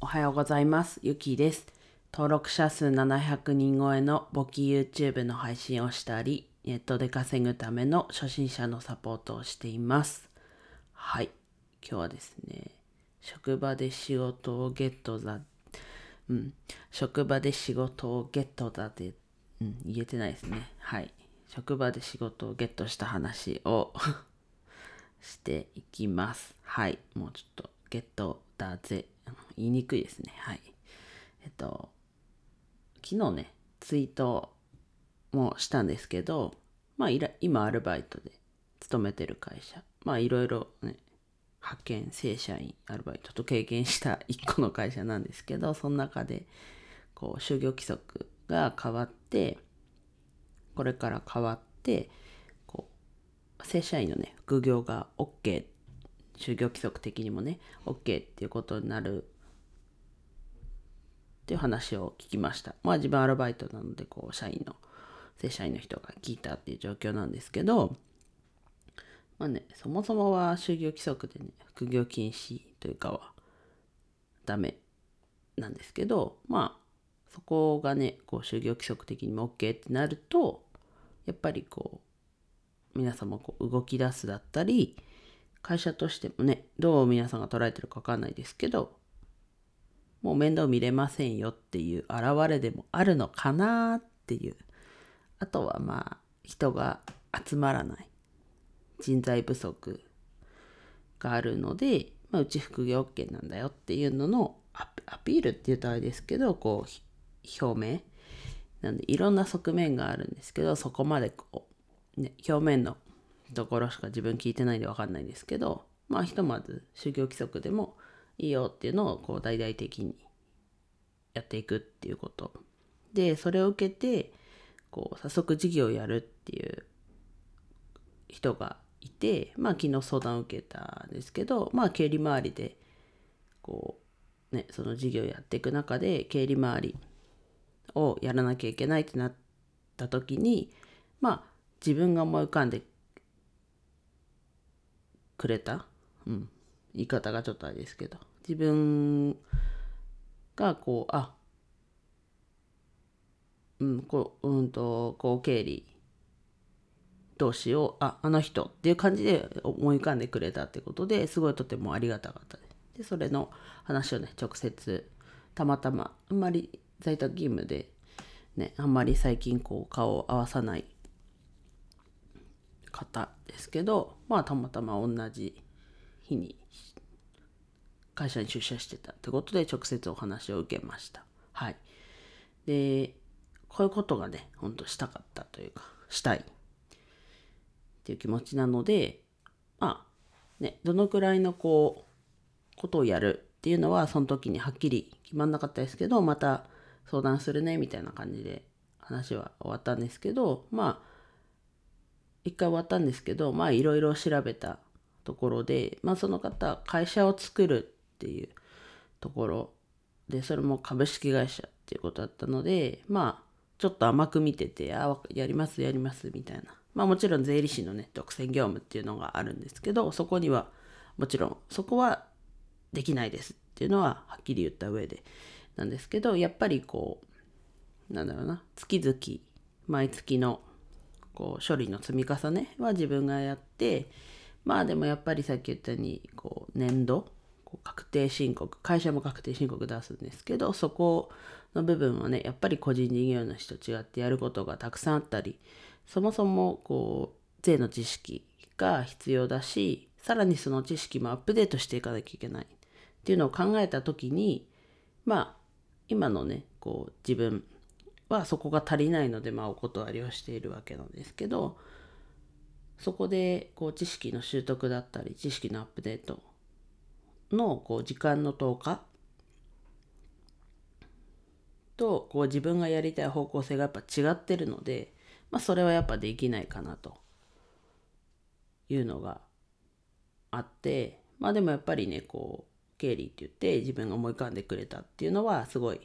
はようございます。ゆきです。登録者数700人超えの簿記 YouTube の配信をしたり、ネットで稼ぐための初心者のサポートをしています。はい。今日はですね、職場で仕事をゲットだ、職場で仕事をゲットだで、言えてないですね。はい。職場で仕事をゲットした話をしていきます。はい。もうちょっとゲットだぜ。言いにくいですね。はい。昨日ね、ツイートもしたんですけど、今アルバイトで勤めてる会社、いろいろね、派遣、正社員、アルバイトと経験した一個の会社なんですけど、その中で、就業規則が変わって、これから変わって、正社員のね、副業が OK、就業規則的にもね、OK っていうことになるっていう話を聞きました。自分アルバイトなので、正社員の人が聞いたっていう状況なんですけど、そもそもは就業規則でね、副業禁止というかはダメなんですけど、そこがね、就業規則的にも OK ってなると、やっぱり皆さんも動き出すだったり、会社としてもね、どう皆さんが捉えてるかわかんないですけど、もう面倒見れませんよっていう現れでもあるのかなっていう。あとは人が集まらない。人材不足があるので、うち副業 OK なんだよっていうののアピールって言うとあれですけど、表明。なんでいろんな側面があるんですけど、そこまで表面のところしか自分聞いてないんで分かんないんですけど、ひとまず就業規則でもいいよっていうのを大々的にやっていくっていうことで、それを受けて早速事業をやるっていう人がいて、昨日相談を受けたんですけど、経理周りでその事業をやっていく中で経理周りをやらなきゃいけないってなった時に、自分が思い浮かんでくれた、言い方がちょっとあれですけど、自分が経理どうしよう、あの人っていう感じで思い浮かんでくれたってことですごいとてもありがたかったです。で、それの話をね、直接、たまたま、あんまり在宅勤務で、ね、あんまり最近顔を合わさない方ですけど、たまたま同じ日に会社に出社してたってことで直接お話を受けました。はい。で、こういうことがね、本当したかったというか、したいっていう気持ちなので、どのくらいのことをやるっていうのはその時にはっきり決まんなかったですけど、また相談するねみたいな感じで話は終わったんですけど、一回終わったんですけど、いろいろ調べたところで、その方会社を作るっていうところで、それも株式会社っていうことだったので、ちょっと甘く見てて、やりますみたいな。もちろん税理士のね、独占業務っていうのがあるんですけど、そこにはもちろんそこはできないですっていうのははっきり言った上でなんですけど、やっぱり月々毎月の処理の積み重ねは自分がやって、でもやっぱりさっき言ったように年度確定申告、会社も確定申告出すんですけど、そこの部分はね、やっぱり個人事業主と違ってやることがたくさんあったり、そもそも税の知識が必要だし、さらにその知識もアップデートしていかなきゃいけないっていうのを考えた時に、今のね、自分はそこが足りないので、お断りをしているわけなんですけど、そこで知識の習得だったり、知識のアップデートの時間の投下と自分がやりたい方向性がやっぱ違ってるので、それはやっぱできないかなというのがあって、でもやっぱりね、経理って言って自分が思い浮かんでくれたっていうのはすごい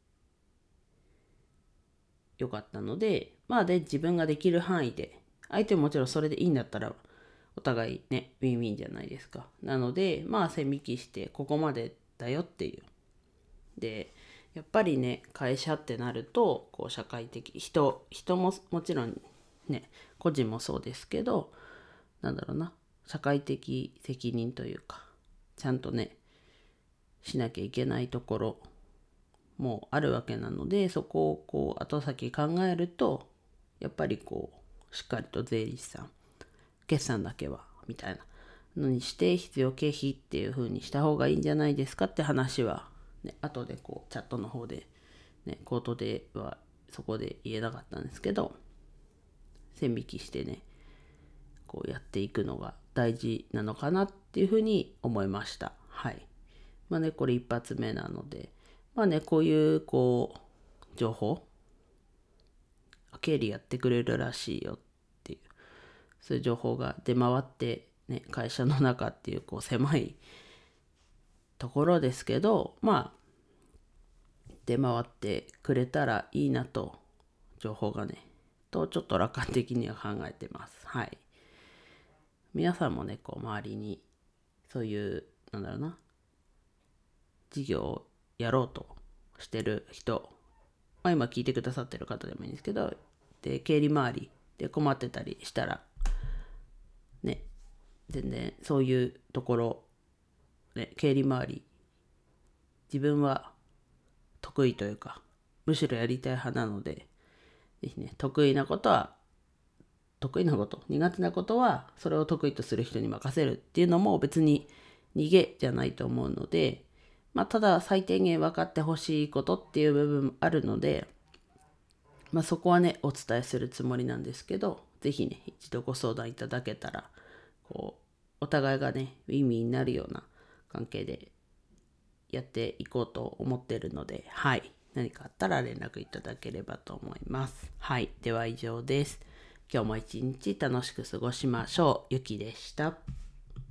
良かったので、で自分ができる範囲で、相手ももちろんそれでいいんだったらお互いね、ウィンウィンじゃないですか。なので線引きしてここまでだよっていうでやっぱりね、会社ってなるとこう社会的、人ももちろんね、個人もそうですけど、なんだろうな、社会的責任というか、ちゃんとねしなきゃいけないところもあるわけなので、そこをこう後先考えると、やっぱりこうしっかりと税理士さん、決算だけはみたいなのにして必要経費っていう風にした方がいいんじゃないですかって話は、ね、後でこうチャットの方で、ね、口頭ではそこで言えなかったんですけど、線引きしてねこうやっていくのが大事なのかなっていう風に思いました。はい。まあね、これ一発目なので、まあね、こういうこう情報、経理やってくれるらしいよっていう、そういう情報が出回ってね、会社の中っていうこう狭いところですけど、まあ出回ってくれたらいいなと、情報がねとちょっと楽観的には考えてます。はい。皆さんもねこう周りにそういうなんだろうな、事業をやろうとしてる人、まあ、今聞いてくださってる方でもいいんですけど、で経理周りで困ってたりしたらね、全然そういうところ、ね、経理周り自分は得意というか、むしろやりたい派なので、ぜひね、得意なこと、苦手なことはそれを得意とする人に任せるっていうのも別に逃げじゃないと思うので、まあ、ただ最低限分かってほしいことっていう部分もあるので、まあ、そこはねお伝えするつもりなんですけど、ぜひね一度ご相談いただけたら、こうお互いがねウィンウィンになるような関係でやっていこうと思っているので、はい、何かあったら連絡いただければと思います。はい、では以上です。今日も一日楽しく過ごしましょう。ゆきでした。